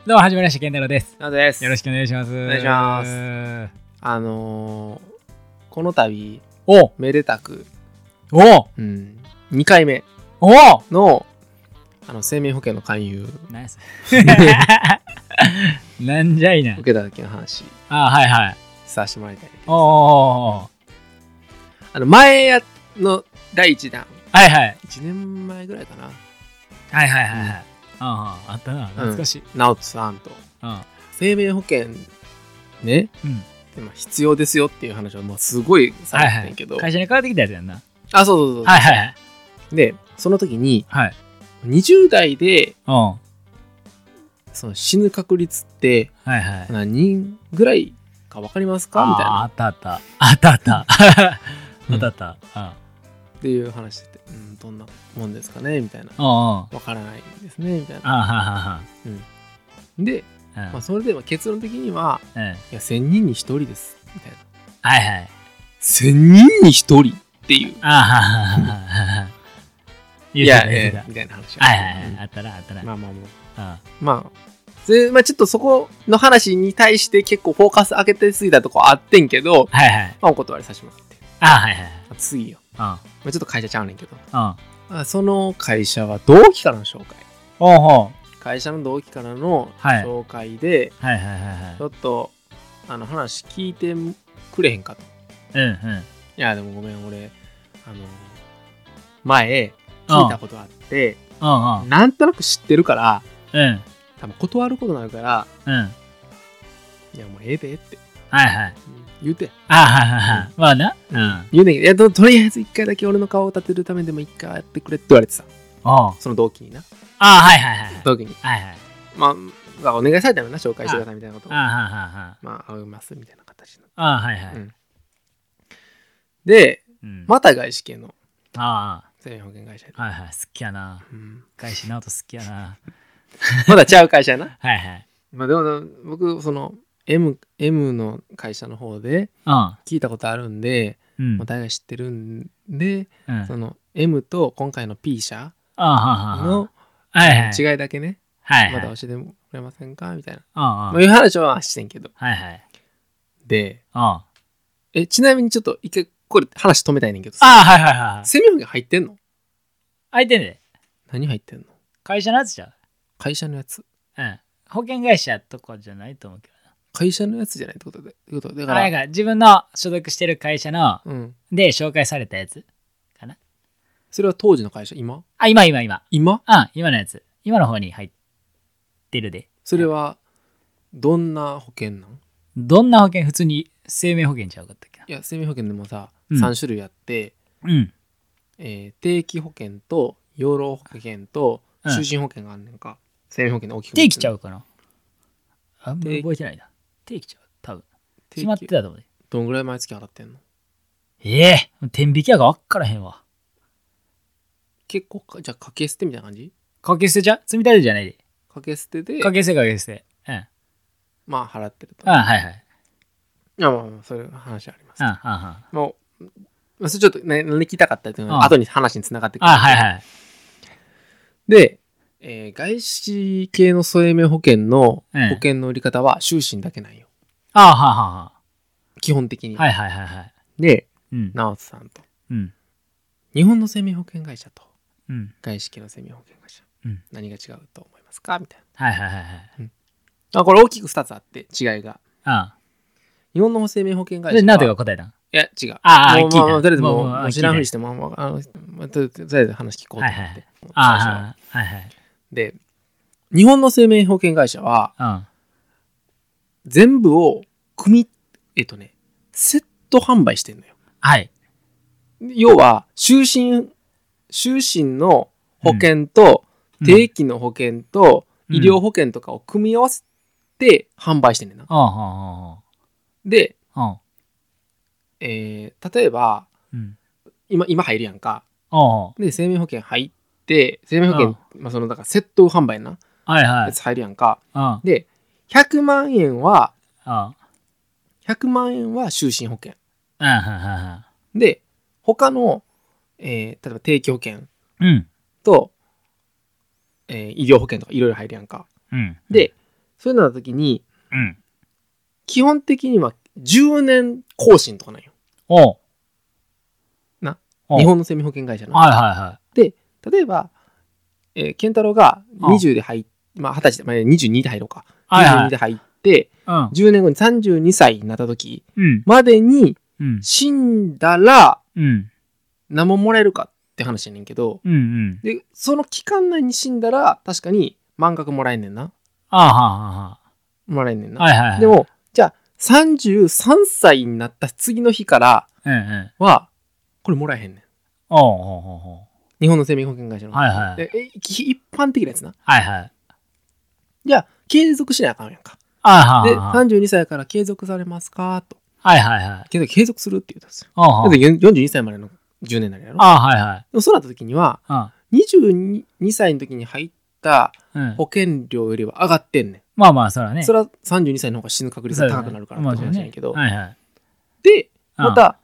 どうも始まりました、健太郎です。 なおです。 よろしくお願いします。 お願いします。この度めでたく2回目の生命保険の勧誘何やそれなんじゃいな受けた時の話はいはいさせてもらいたい。前の第1弾はいはい 1年前ぐらいかな。 はいはいはいはい、あったな、懐かしい。 直人さんと生命保険ね、必要ですよっていう話はもうすごいされてんけど、 会社に変わってきたやつやんな。 そうはいはいはい。 でその時に20代でその死ぬ確率って何人ぐらいか分かりますかみたいな。 あったっていう話してて、どんなもんですかねみたいな。分からないですねみたいな。で、それで結論的には、いや1000人に1人ですみたいな。 はいはい。 1000人に1人っていう。いやみたいな話。 あったな。 まあちょっとそこの話に対して結構フォーカス当てすぎたとこあってんけど、お断りさせてもらって。次よ。ちょっと会社ちゃうねんけど。その会社は同期からの紹介。会社の同期からの紹介で、ちょっと話聞いてくれへんかと。いやでもごめん、俺前聞いたことあって、なんとなく知ってるから、多分断ることになるから、いやもうええでって言うて、 まあな、 言うねんけど、とりあえず一回だけ俺の顔を立てるためでも一回やってくれって言われてさ、その同期にな。同期にまあお願いされたよな、紹介してくださいみたいなことを、まあ会いますみたいな形の。で、また外資系の生命保険会社で、 好きやな。外資直人好きやな。 まだちゃう会社やな。まあでも僕その M の会社の方で聞いたことあるんで、お互い知ってるんで、その M と今回の P 社の違いだけね、まだ教えてくれませんかみたいな、いう話はしてんけど、で、ちなみにちょっと一回これ話止めたいねんけどさ、生命保険入ってんの？ 入ってんね。 何入ってんの？ 会社のやつじゃ。 会社のやつ。 保険会社とかじゃないと思うけどな。 会社のやつじゃないってことで。 だから自分の所属してる会社の、で紹介されたやつかな。 それは当時の会社？今？ 今今のやつ。今の方に入ってるで。 それはどんな保険なん？ どんな保険？普通に生命保険ちゃうかったっけな。 いや生命保険でもさ、3種類あって、定期保険と養老保険と就寝保険があんねんか。生命保険の大きく定期ちゃうかな。あんま覚えてないな。定期ちゃう多分。決まってたと思う。 どんぐらい毎月払ってんの？ 天引きやが分からへんわ。 結構じゃあ掛け捨てみたいな感じ？ 掛け捨てじゃ積み立てじゃないで。 掛け捨てで。 掛け捨て。 まあ払ってると。 いやまあそういう話あります。もうそれちょっと何聞きたかったっていうのは後に話につながってくる。で、外資系の生命保険の保険の売り方は終身だけなんよ。基本的に。で、直人さんと、日本の生命保険会社と、外資系の生命保険会社、何が違うと思いますかみたいな。これ大きく2つあって違いが。日本の生命保険会社は。 何てか答えたん？ いや違う。 聞いた。 とりあえずもう知らんふりしてもとりあえず話聞こうと思って。で、日本の生命保険会社は全部をセット販売してんのよ。要は就寝の保険と定期の保険と医療保険とかを組み合わせて販売してんねんな。で、例えば今入るやんか。で生命保険入って生命保険だからセット販売なやつ入るやんか。で100万円は就寝保険で、他の、例えば定期保険と、医療保険とかいろいろ入るやんか。でそういうのの時に、 うん。 基本的には10年更新とかなんよ。 おう。 な。日本の生命保険会社の。 はいはいはい。で、例えば、健太郎が20で入って、まあ20歳で、まあ、22で入ろうか。 はいはい 22で入って、 うん。 10年後に32歳になった時うん。 までにうん。 死んだらうん。 何ももらえるかって話やねんけど、 うんうん。 で、その期間内に死んだら確かに満額もらえんねんな。 ああ、はあはもらえんねんな。 あ。はいはいはい。 でも、じゃあ33歳になった次の日からうんうん。 は、これもらえへんねん。 おうおうおうおう。 日本の生命保険会社の。 はいはい。 で一般的なやつな。 はいはい。 じゃあ、継続しなあかんやんか。 ああ、 で、 はあ。 32歳から継続されますかと。 はいはいはい。 継続するって言ったんですよ。 おうおう。 だって42歳までの10年になるやろ。 ああ、はいはい。 でもそうなった時には、22歳の時に入った保険料よりは上がってんねん。 まあまあ、そらね。 それは32歳の方が死ぬ確率が高くなるからって話やねんけど。 はいはい。 で、また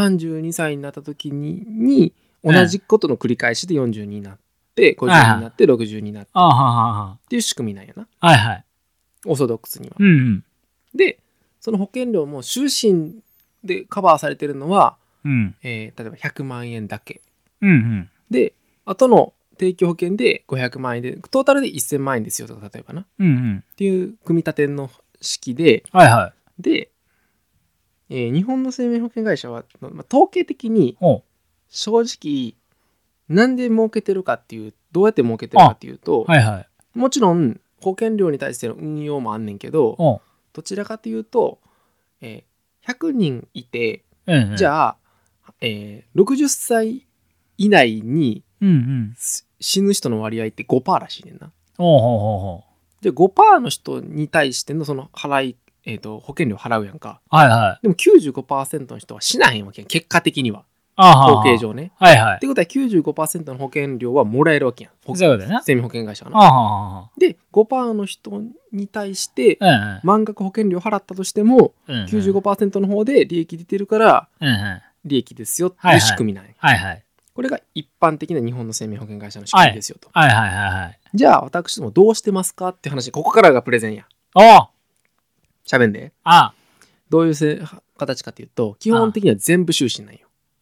32歳になった時に同じことの繰り返しで42になって、50になって、60になって、っていう仕組みなんやな。 はいはい。 オーソドックスには。 うんうん。 で、その保険料も終身でカバーされてるのは、例えば100万円だけ。 うんうん。 で、後の定期保険で500万円で、トータルで1000万円ですよとか、例えばな。 うんうん。 っていう組み立ての式で、 はいはい。 で、日本の生命保険会社は、統計的に正直なんで儲けてるかっていう、どうやって儲けてるかっていうと、 はいはい、 もちろん保険料に対しての運用もあんねんけど、どちらかというと、100人いて、 うんうん、 じゃあ、60歳以内に死ぬ人の割合って 5% らしいねんな。で 5% の人に対してのその払い、保険料払うやんか。 はいはい、 でも 95% の人は死なへんわけやん、結果的には。統計上ね。 はいはい。 ってことは 95% の保険料はもらえるわけやん。 そうだよね。 生命保険会社はな。で 5% の人に対して満額保険料払ったとしても、95% の方で利益出てるから利益ですよっていう仕組みなんや。これが一般的な日本の生命保険会社の仕組みですよと。じゃあ私どもどうしてますかって話、ここからがプレゼンや。しゃべんで。どういう形かっていうと、基本的には全部終身なんよ。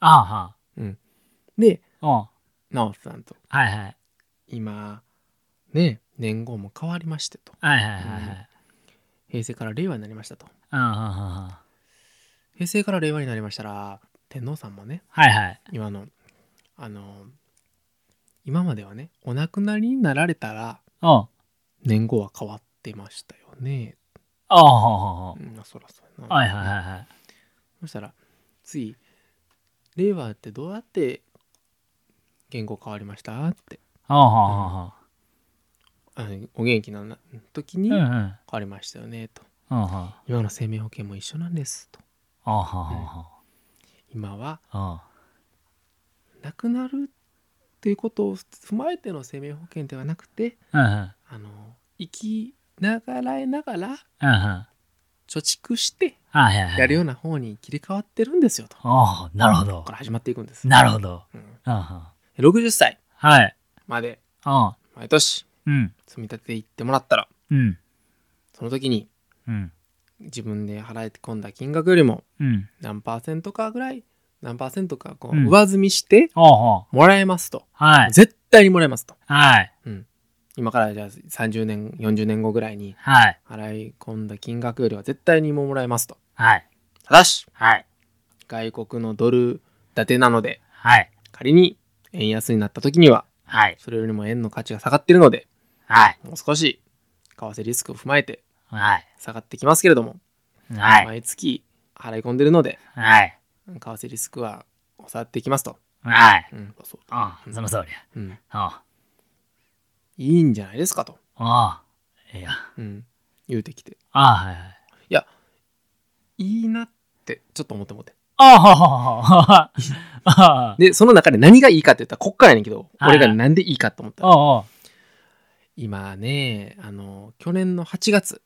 で、直人さんと、今ね、年号も変わりましてと、平成から令和になりましたと。平成から令和になりましたら、天皇さんもね、今の今まではね、お亡くなりになられたら年号は変わってましたよね。そらそうやな。そしたら次、令和ってどうやって言語変わりましたって。お元気な時に変わりましたよねと。今の生命保険も一緒なんですと。今は亡くなるっていうことを踏まえての生命保険ではなくて、生きながらえながら貯蓄してやるような方に切り替わってるんですよと。 なるほど。 これ始まっていくんです。 なるほど。 60歳まで毎年積み立てていってもらったら、その時に自分で払い込んだ金額よりも何%かぐらい、何%かこう上積みしてもらえますと。絶対にもらえますと。今からじゃあ30年40年後ぐらいに払い込んだ金額よりは絶対にもらえますと。ただし外国のドル建てなので、仮に円安になった時にはそれよりも円の価値が下がっているので、もう少し為替リスクを踏まえて下がってきますけれども、毎月払い込んでるので為替リスクは抑わっていきますと。 その通りや。 いいんじゃないですかと言うてきて、いやいいなってちょっと思って。でその中で何がいいかって言ったらこっからやねんけど、俺がなんでいいかと思ったら、今ね、去年の8月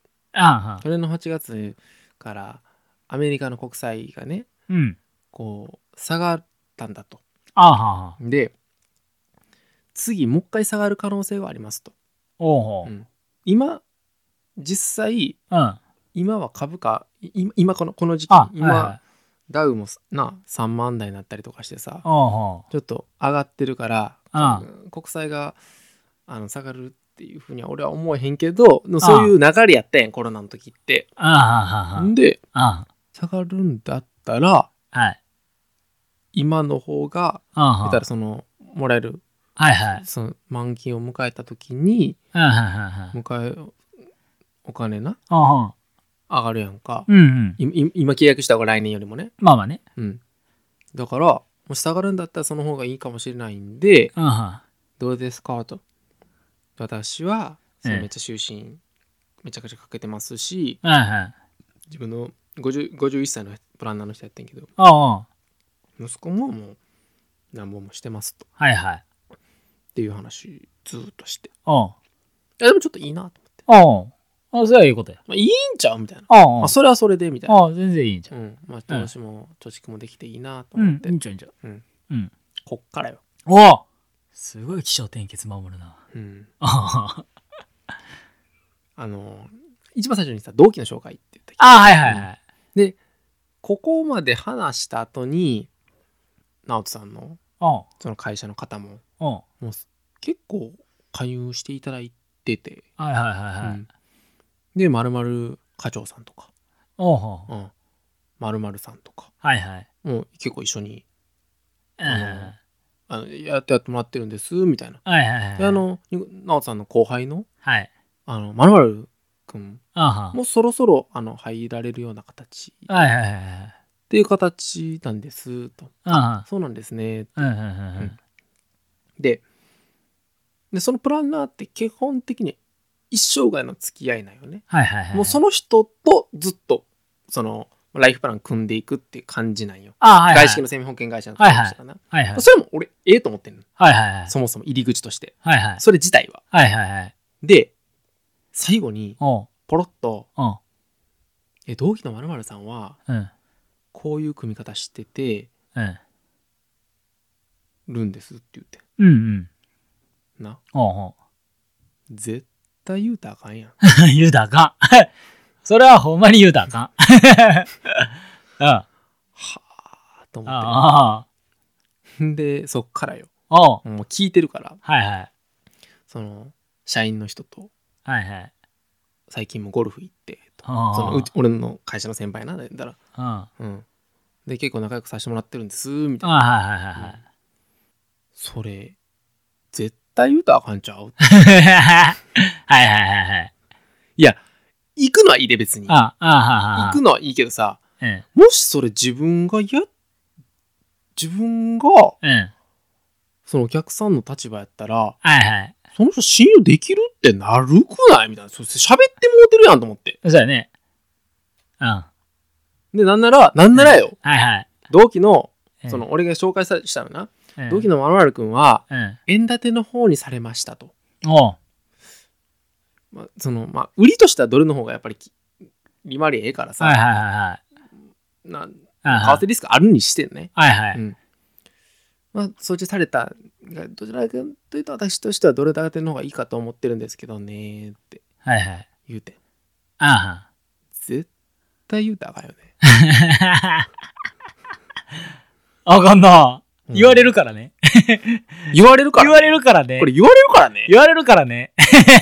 からアメリカの国債がね、こう下がったんだと。で次もう一回下がる可能性がありますと。今実際、 うん。 今は株価、今この時期、今、ダウも3万台になったりとかしてさ、ちょっと上がってるから、国債が下がるっていうふうには俺は思えへんけど、そういう流れやったやん、コロナの時って。で、下がるんだったら、今の方が、見たらその、もらえる、その満期を迎えた時に、お金な、上がるやんか。今契約した方が来年よりもね。 まあまあね。 だから、もし下がるんだったらその方がいいかもしれないんで、どうですかと。私は、めっちゃ終身、めちゃくちゃかけてますし、自分の51歳のプランナーの人やってんけど、息子ももう何本もしてますと。っていう話ずっとして。でもちょっといいなと思って。 それはいいことや。 いいんちゃうみたいな。それはそれでみたいな。 全然いいんちゃう。 投資も貯蓄もできていいなと思って。 いいんちゃういいんちゃう。 こっからよ。 すごい起承転結守るな。 一番最初にさ、同期の紹介って言ったけど。で、ここまで話した後に、直人さんの、その会社の方も、もう結構加入していただいてて、で、〇〇課長さんとか、〇〇さんとか、もう結構一緒に、やってもらってるんです、みたいな。で、直人さんの後輩の、〇〇くんもうそろそろ入られるような形っていう形なんですと。そうなんですね。で、そのプランナーって基本的に一生涯の付き合いなんよね。もうその人とずっとそのライフプラン組んでいくっていう感じなんよ。外資系の生命保険会社の会社かな。それも俺と思ってんの。そもそも入り口として。それ自体は。で、最後にポロッと同期の〇〇さんはこういう組み方しててるんですって言って。な。絶対言うたらあかんやん。 言うたらあかん。それはほんまに言うたらあかん。はあと思って。で、そっからよ。もう聞いてるから。その社員の人と最近もゴルフ行ってその俺の会社の先輩なんだったら、で結構仲良くさせてもらってるんですみたいな。それ絶対言うたらあかんちゃう。いや行くのはいいで別に。行くのはいいけどさ、もしそれ自分がそのお客さんの立場やったら、その人信用できるってなるくないみたいな。そして喋ってもうてるやんと思って。 そうやね。 で、なんならよ。同期の、その俺が紹介したのな。同期の〇〇くんは、円建ての方にされましたと。売りとしてはドルの方がやっぱり利回りええからさ。為替リスクあるにしてね。装置されたがどちらかというと私としてはドル建ての方がいいかと思ってるんですけどねって言うて。絶対言うたらあかんよね。 あかんな。言われるからね。 言われるからね。これ言われるからね。 言われるからね。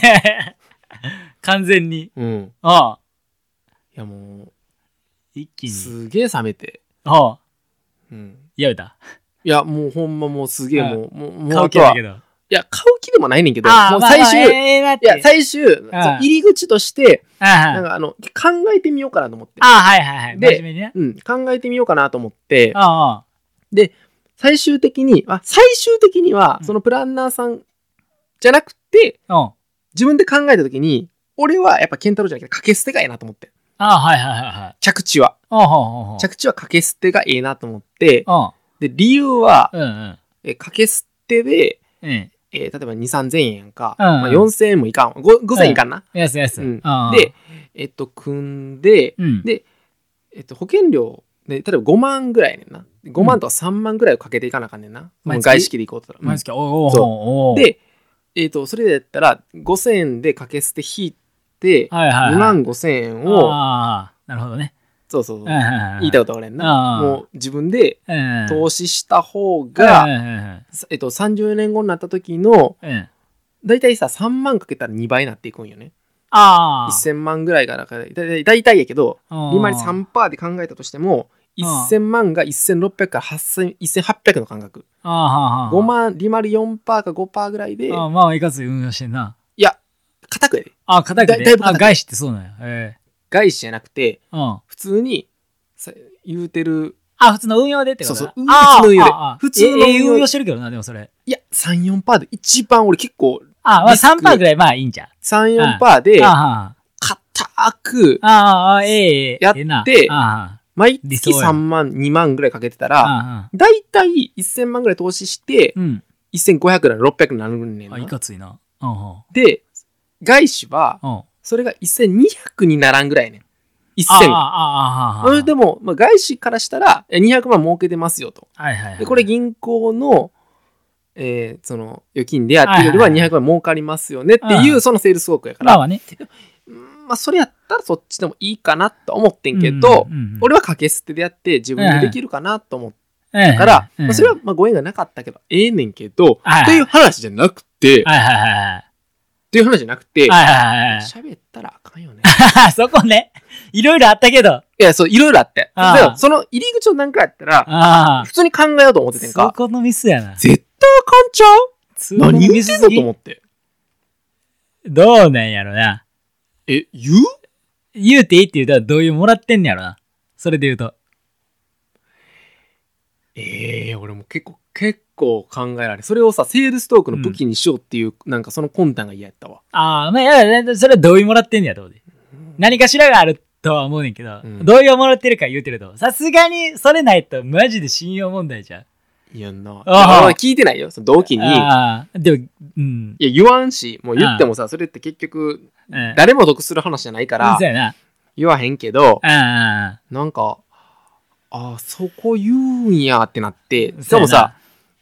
完全に。いやもう一気にすげえ冷めて。 やめた。 いやもうほんまもうすげえもう買う気だけど。 いや買う気でもないねんけど、もう最終入り口としてなんか考えてみようかなと思って。で、考えてみようかなと思って、で最終的にはそのプランナーさんじゃなくて自分で考えた時に俺はやっぱケンタロウじゃなくて掛け捨てがええなと思って。着地は掛け捨てがええなと思って、で理由は掛け捨てで例えば2、3000円やんか。4000円もいかん。5000円いかんな。で、組んで、で、保険料、例えば5万ぐらいねんな。5万とか3万ぐらいをかけていかなあかんねんな。外資系でいこうとしたら。で、それでやったら5000円で掛け捨て引い 、2万5千円を、 なるほどね。 そうそうそう、言いたいことがあれんな。もう自分で投資した方が、30年後になった時の、だいたいさ、3万かけたら2倍になっていくんよね。1000万ぐらいからだいたいやけど、利回り 3% で考えたとしても、1000万が1600から1800の感覚。5万、利回り 4% か 5% ぐらいで。 まあ、いかつい運用してんな。 いや、固くやで。 固くで。外資ってそうなんや。 外資じゃなくて、普通に言うてる。 普通の運用でってことだ。 そうそう。普通の運用で。 普通の運用してるけどな、でもそれ。 いや、3、4% で一番俺結構。 3% ぐらいまあいいんじゃん。 3、4% で、固く、やって、毎月3万、2万ぐらいかけてたら、だいたい1000万ぐらい投資して、1500なら600になるねんな。 いかついな。 で、外資は、それが1200にならんぐらいねん。1000。でも、外資からしたら、200万儲けてますよと。で、これ銀行の、その預金でやってるよりは200万儲かりますよねっていう、そのセールストークやから。それやったらそっちでもいいかなと思ってんけど、俺は掛け捨てでやって自分でできるかなと思ったから、それはご縁がなかったけど、ええねんけど、という話じゃなくて、っていう話じゃなくて、喋ったらあかんよね。 そこね。いろいろあったけど。 いや、そう、いろいろあって。その入り口の段階やったら、普通に考えようと思っててんか。 そこのミスやな。 絶対あかんちゃう？何言ってんのと思って。 どうなんやろな。 言うていいって言うたらどういうもらってんねやろな。それで言うと。 俺も結構考えられ。それをさ、セールストークの武器にしようっていう、なんかその魂胆が嫌やったわ。 それは同意もらってんねやと思うで。何かしらがあるとは思うねんけど、同意をもらってるか言うてると、さすがにそれないとマジで信用問題じゃん。 いやんな。聞いてないよ、その同期に。 でも、 いや、言わんし、もう言ってもさ、それって結局、誰も得する話じゃないから、言わへんけど、なんか、そこ言うんやってなって、しかもさ、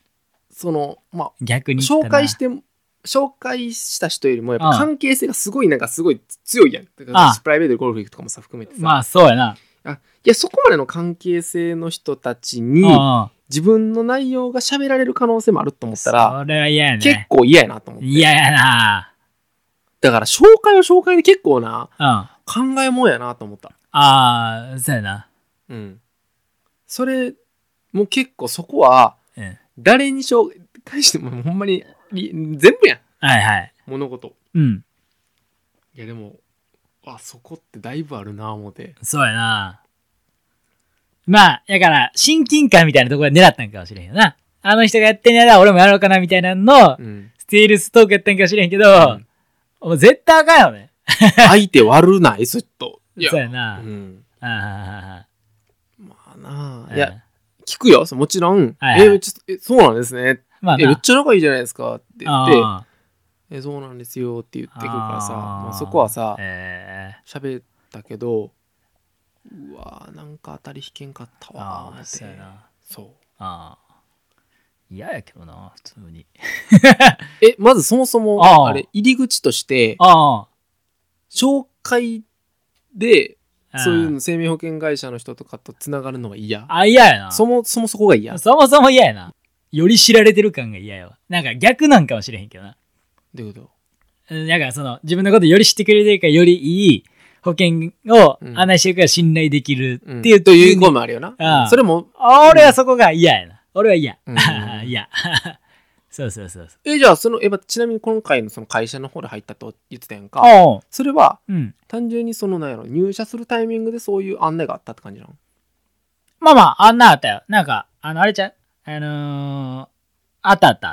逆に紹介した人よりもやっぱ関係性がすごい強いやん。プライベートでゴルフ行くとかもさ含めてさ。 まあそうやな。 いやそこまでの関係性の人たちに自分の内容が喋られる可能性もあると思ったら、 それは嫌やね。 結構嫌やなと思って。 嫌やな。 だから紹介は紹介で結構な、考えもんやなと思った。 そうやな。 それもう結構そこは誰に紹介してもほんまに全部やん。物事。いやでもそこってだいぶあるな思って。 そうやな。まあだから親近感みたいなところで狙ったんかもしれへんよな。あの人がやってんやら俺もやろうかなみたいなのの、スティールストークやったんかもしれへんけど、もう絶対あかんよね。 相手悪ないずっと。 そうやな。 まあなあ。いや聞くよ、もちろん。そうなんですね。めっちゃ仲いいじゃないですかって言って、そうなんですよって言ってくるからさ、そこはさ、喋ったけど、うわなんか当たり引けんかったわって。そう。 嫌やけどな、普通に。 まずそもそも、入り口として、紹介で、そういう生命保険会社の人とかとつながるのは嫌。 嫌やな。 そもそこが嫌。 そもそも嫌やな。より知られてる感が嫌やわ。なんか逆なんかもしれへんけどな。 どういうこと？なんか自分のことより知ってくれてるからよりいい保険を案内してるから信頼できるっていう、 という声もあるよな。それも。 俺はそこが嫌やな。俺は嫌。嫌。そう。じゃあちなみに今回のその会社の方で入ったと言ってたやんか。それは、単純に入社するタイミングでそういう案内があったって感じなの？ まあ、案内あったよ。なんか、あれちゃう？あった。あった。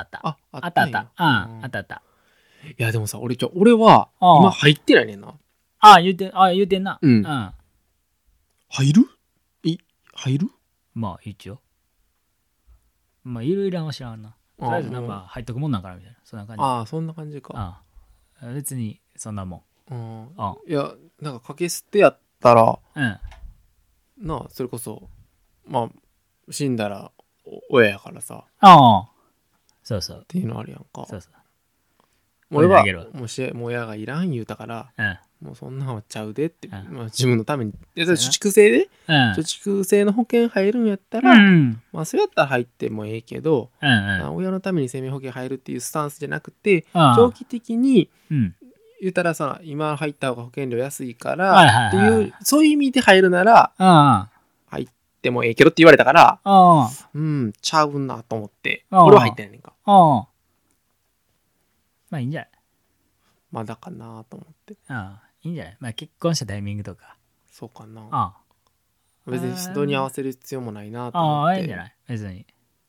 いや、でもさ、俺は、今入ってないねんな。 言うてんな。 入る？ まあ、一応。まあ、いろいろは知らんな。とりあえずなんか入っとくもんなんかなみたいな。そんな感じ。 そんな感じか。 別に、そんなもん。いや、なんか掛け捨てやったら、それこそ、死んだら親やからさ。 そう。 っていうのあるやんか。 そう。 俺はもし親がいらん言うたから、 もうそんなんはちゃうでって、まあ、自分のために貯蓄制で、貯蓄制の保険入るんやったら、まあそうやったら入ってもええけど、親のために生命保険入るっていうスタンスじゃなくて、長期的に、言ったらさ、今入った方が保険料安いからっていう、そういう意味で入るなら、入ってもええけどって言われたから、ちゃうなと思って、俺は入ってないねんか。 まあいいんじゃない？ まだかなと思って。 いいんじゃない？まあ結婚したタイミングとか。 そうかな。別に人に合わせる必要もないなと思って。 いいんじゃない？別に。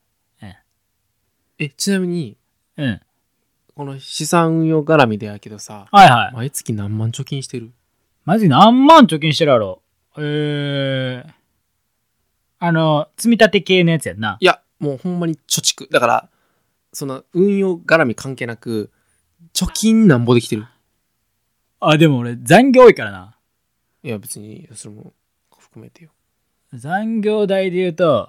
ちなみに、この資産運用絡みでやけどさ、毎月何万貯金してる？ 毎月何万貯金してるやろ？積み立て系のやつやんな。 いや、もうほんまに貯蓄。だから、その運用絡み関係なく、貯金なんぼできてる？ でも俺残業多いからな。 いや別にそれも含めてよ。 残業代で言うと、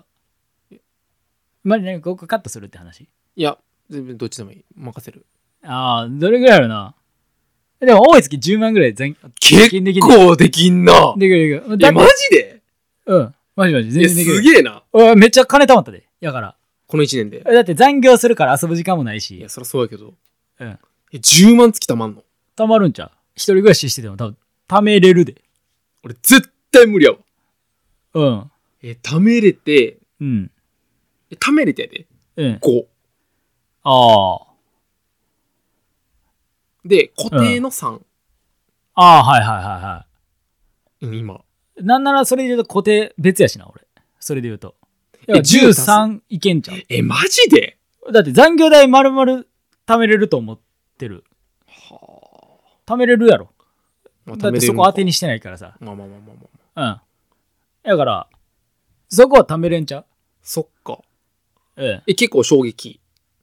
ここカットするって話？ いや全然どっちでもいい、任せる。 どれぐらいあるな。でも多い月10万ぐらい結構できんな。 できる。 マジで？ マジ全然できる。 すげえな。 めっちゃ金貯まったで。やからこの1年で。 だって残業するから遊ぶ時間もないし。 いやそりゃそうやけど。10万月貯まんの？ 貯まるんちゃう？一人暮らししてても多分貯めれるで。 俺絶対無理やわ。貯めれて、貯めれてやで。5。で、固定の3。今。 なんならそれで言うと固定別やしな、俺。それで言うと。13いけんちゃう？ マジで？ だって残業代丸々貯めれると思ってる。貯めれるやろ。だってそこ当てにしてないからさ。だから、そこは貯めれんちゃう？ そっか。結構衝撃。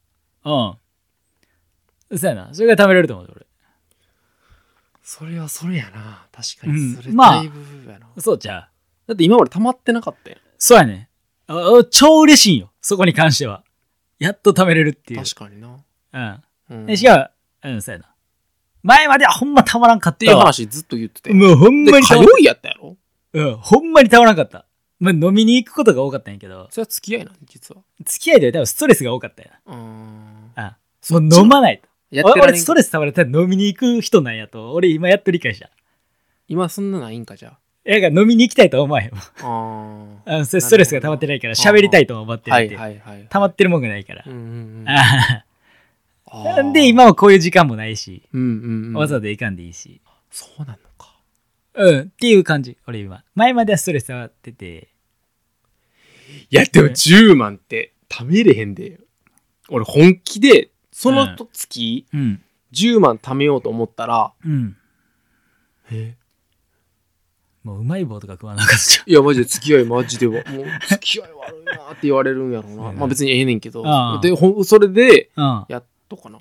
そうやな。それが貯めれると思う、俺。 それはそれやな。確かに。それだいぶやな。 そうちゃう。 だって今まで溜まってなかったやん。 そうやね。超嬉しいんよ。そこに関しては。やっと貯めれるっていう。 確かにな。 しかも、そうやな。前まではほんまたまらんかった。っていう話ずっと言ってて。 もうほんまに通いやったやろ？ ほんまにたまらんかった。まあ、飲みに行くことが多かったんやけど。 それは付き合いなん実は。 付き合いで多分ストレスが多かったやな。もう飲まないと。俺ストレスたまれたら飲みに行く人なんやと。俺今やっと理解した。 今そんなないんかじゃあ。 飲みに行きたいと思わへん。ストレスが溜まってないから喋りたいと思ってるって。溜まってるもんがないから。で、今はこういう時間もないし。わざわざ行かんでいいし。 そうなのか。 っていう感じ。俺今。前まではストレス溜まってて。 いや、でも10万って貯めれへんで。俺本気で、その月、10万貯めようと思ったら、 もううまい棒とか食わなかったじゃん。 いや、マジで付き合いマジでは。もう付き合い悪いなって言われるんやろうな。まあ別にええねんけど。で、それで、やっとかな。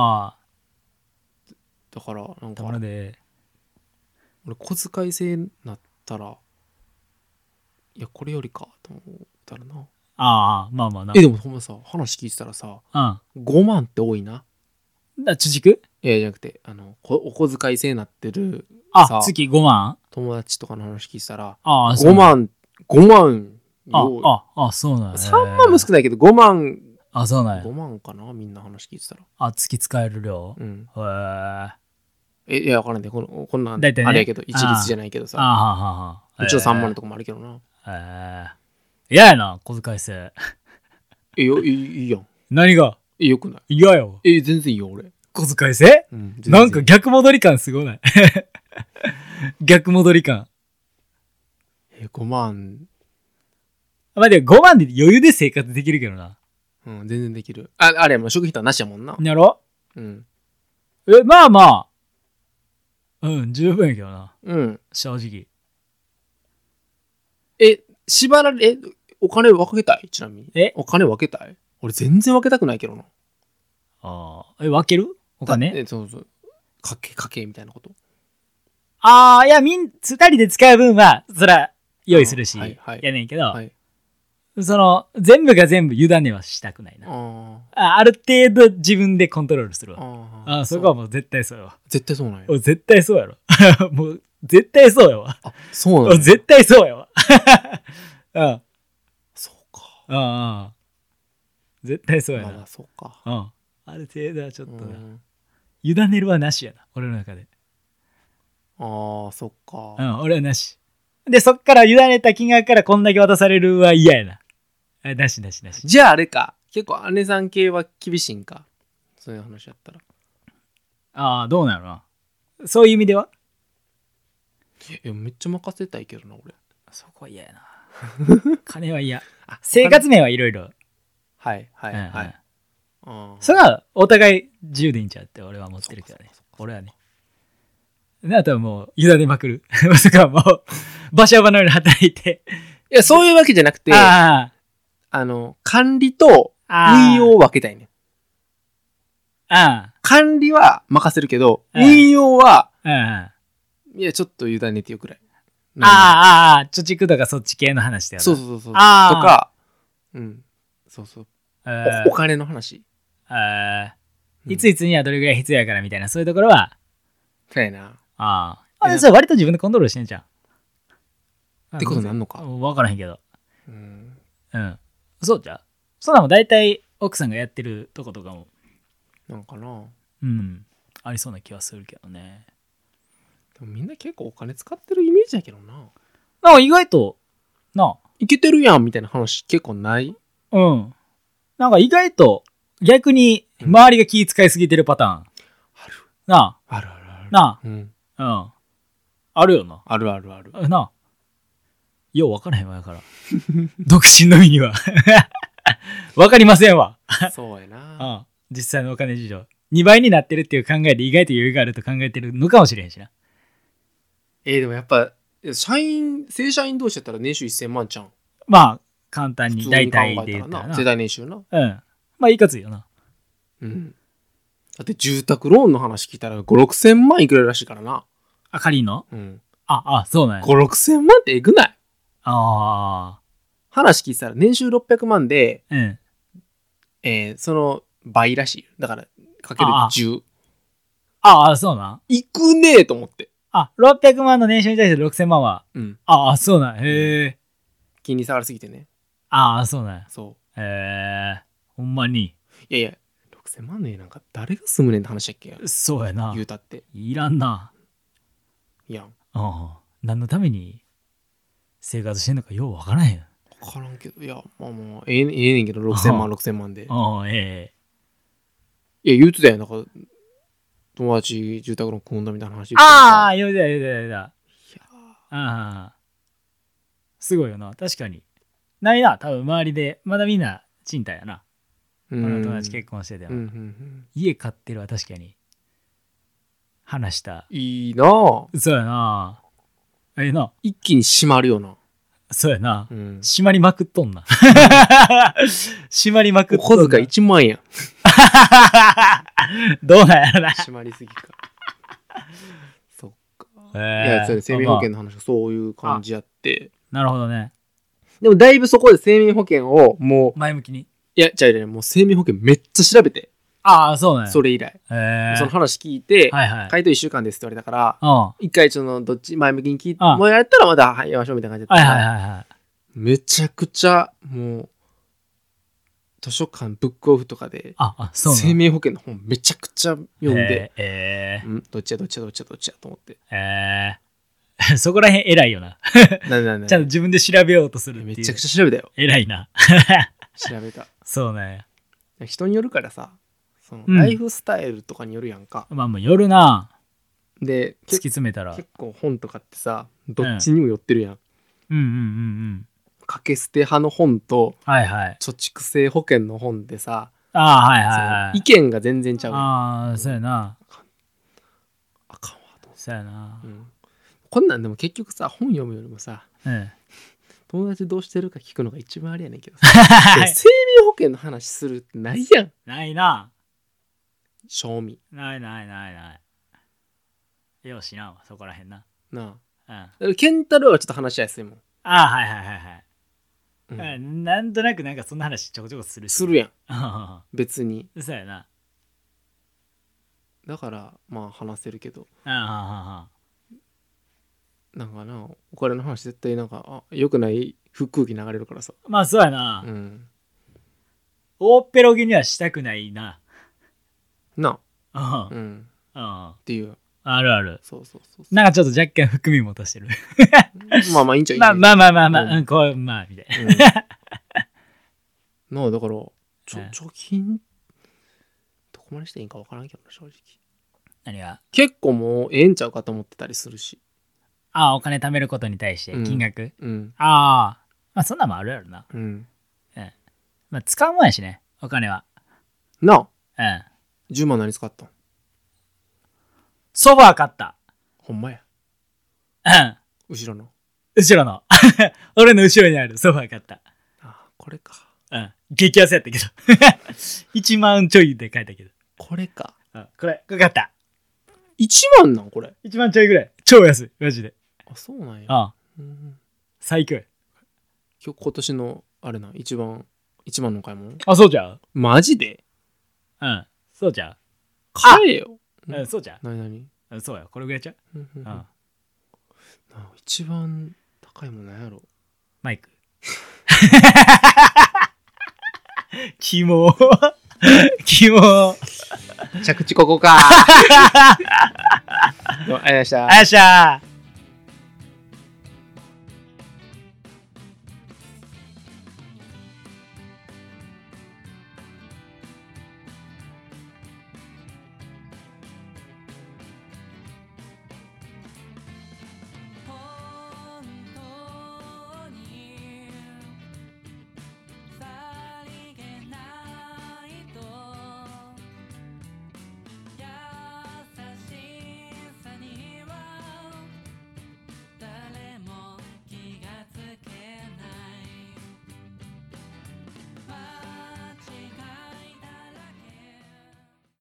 だから、なんか、俺小遣い制になったら、いや、これよりかと思ったらな。 まあな。 でもほんまさ、話聞いてたらさ、5万って多いな。 貯蓄？ じゃなくて、お小遣い制になってる。 月5万？ 友達とかの話聞いてたら、5万。そうなんや。 3万も少ないけど、5万。 そうなんや。 5万かなみんな話聞いてたら。 月使える量？ いや、わからんね。こんなん、あれやけど、一律じゃないけどさ。もちろん3万のとこもあるけどな。 嫌やな、小遣い制。 いいやん。 何が？ よくない？ 嫌やわ。 全然いいよ、俺。 小遣い制？なんか逆戻り感すごない？逆戻り感。 5万。 まあでも5万で余裕で生活できるけどな。 全然できる。あれも食費とはなしやもんな。 やろ？まあ。十分やけどな。正直。 お金分けたい？ちなみに。お金分けたい？俺全然分けたくないけどな。 分ける？お金？ そう。家計みたいなこと。 いや、2人で使う分は、そら、用意するし、やねんけど、 全部が全部委ねはしたくないな。ある程度自分でコントロールするわ。そこはもう絶対そうやわ。 絶対そうなんや。 絶対そうやろ。もう絶対そうやわ。 そうなんや。 絶対そうやわ。 そうか。絶対そうやな。 そうか。 ある程度はちょっとな。委ねるはなしやな、俺の中で。 そっか。 俺はなし。で、そっから委ねた金額からこんだけ渡されるは嫌やな。なし。 じゃああれか。結構姉さん系は厳しいんか。そういう話やったら。 どうなのな。そういう意味ではめっちゃ任せたいけどな、俺。 そこは嫌やな。金は嫌。生活面はいろいろ。 はい。 それはお互い自由でいいんちゃうって俺は思ってるけどね。俺はね。あとはもう委ねまくる。そこはもう馬車馬のように働いて。 いや、そういうわけじゃなくて、管理と運用を分けたいね。管理は任せるけど、運用は、いや、ちょっと委ねてよくらい。 貯蓄とかそっち系の話だよな。 そう。とか、そう。お金の話。 いついつにはどれぐらい必要やからみたいな、そういうところは。 そうやな。 それ割と自分でコントロールしてんじゃん。 ってことなんのか。 分からへんけど。そうじゃ。そんなもん大体奥さんがやってるとことかも。 なんかな。 ありそうな気はするけどね。 でもみんな結構お金使ってるイメージだけどな。 意外と、 いけてるやんみたいな話結構ない？ なんか意外と逆に周りが気遣いすぎてるパターン。ある。 ある。 あるよな。 ある。 よう分からへんわやから。独身の身には。分かりませんわ。 そうやな。 実際のお金事情。2倍になってるっていう考えで意外と余裕があると考えてるのかもしれへんしな。 でもやっぱ、正社員同士やったら年収1000万ちゃん。 簡単に大体で言ったらな。 世代年収な。 いかついよな。 だって住宅ローンの話聞いたら5、6000万いくららしいからな。 仮の？そうなんや。 5、6000万ってえぐない？話聞いてたら年収600万で、その倍らしい。だからかける10。 そうなん。 いくねえと思って。 600万の年収に対して6000万は。そうなん。へえ。 金利下がりすぎてね。 そうなん。 そう。 ほんまに。 いや6000万の家なんか誰が住むねんって話やっけや。 そうやな。 言うたっていらんな。 いやん。 何のために生活してんのかようわからへん。 わからんけど、いやええねんけど6000万で。いや言うてたやん。なんか友達住宅ローン組んだみたいな話。 言うてた。すごいよな。確かに。ないな。多分周りでまだみんな賃貸やな。俺の友達結婚してても。家買ってるは確かに話した。 いいな。 そうやな。な。 一気に閉まるよな。 そうやな。閉まりまくっとんな。閉まりまくっとんな。 お小遣い1万円。 どうなんやろな。 閉まりすぎか。そっか。いや、それ生命保険の話はそういう感じやって。 なるほどね。 でもだいぶそこで生命保険をもう。 前向きに。 いや、違う、もう生命保険めっちゃ調べて。 そうね。 それ以来。その話聞いて、回答1週間ですって言われたから、一回どっち前向きに聞いて、もうやったらまだやりましょうみたいな感じだった。めちゃくちゃ、もう、図書館ブックオフとかで、生命保険の本めちゃくちゃ読んで、どっちやと思って。 そこら辺偉いよな。ちゃんと自分で調べようとするっていう。 めちゃくちゃ調べたよ。 偉いな。 調べた。 そうね。 人によるからさ、ライフスタイルとかによるやんか。 よるな。 で、 突き詰めたら。 結構本とかってさ、どっちにも寄ってるやん。掛け捨て派の本と、貯蓄性保険の本でさ、意見が全然ちゃう。 そうやな。 あかんわと。 そうやな。 こんなんでも結局さ、本読むよりもさ、友達どうしてるか聞くのが一番あれやねんけどさ、生命保険の話するってないやん。 ないな。 賞味。 ない。よしな、そこらへんな。 なあ。ケンタロウはちょっと話しやすいもん。 はい。 うん、なんとなくなんかそんな話ちょこちょこするし。 するやん。別に。 そうやな。 だからまあ話せるけど。なんかな、お金の話絶対なんか良くない空気流れるからさ。 まあそうやな。うん。大っぺろぎにはしたくないな。 なあ。うん。っていう。 あるある。そう。なんかちょっと若干含みも落としてる。 まあまあいいんちゃいい。 まあ、こう、まあ、みたいな。なあ、だから、貯金、どこまでしていいんか分からんけどな、正直。 何が？ 結構もうええんちゃうかと思ってたりするし。 ああ、お金貯めることに対して金額？ああ、まあそんなんもあるやろな。まあ使うもんやしね、お金は。 なあ。10万何使ったん？ ソファー買った。 ほんまや。後ろの俺の後ろにあるソファー買った。 これか。 激安やったけど。1万ちょいで買えたけど。 これか。 これ買った。 1万なんこれ。 1万ちょいぐらい。超安い、マジで。 そうなんや。 最強や。 今年のあれな、1万の買い物。 そうじゃう？ マジで？ そうじゃう？ 買えよ。 そうじゃう？ 何？ そうや、これぐらいちゃう？ 一番高いもんなんやろ。 マイク。キモ。 着地ここか。ありがとうございました。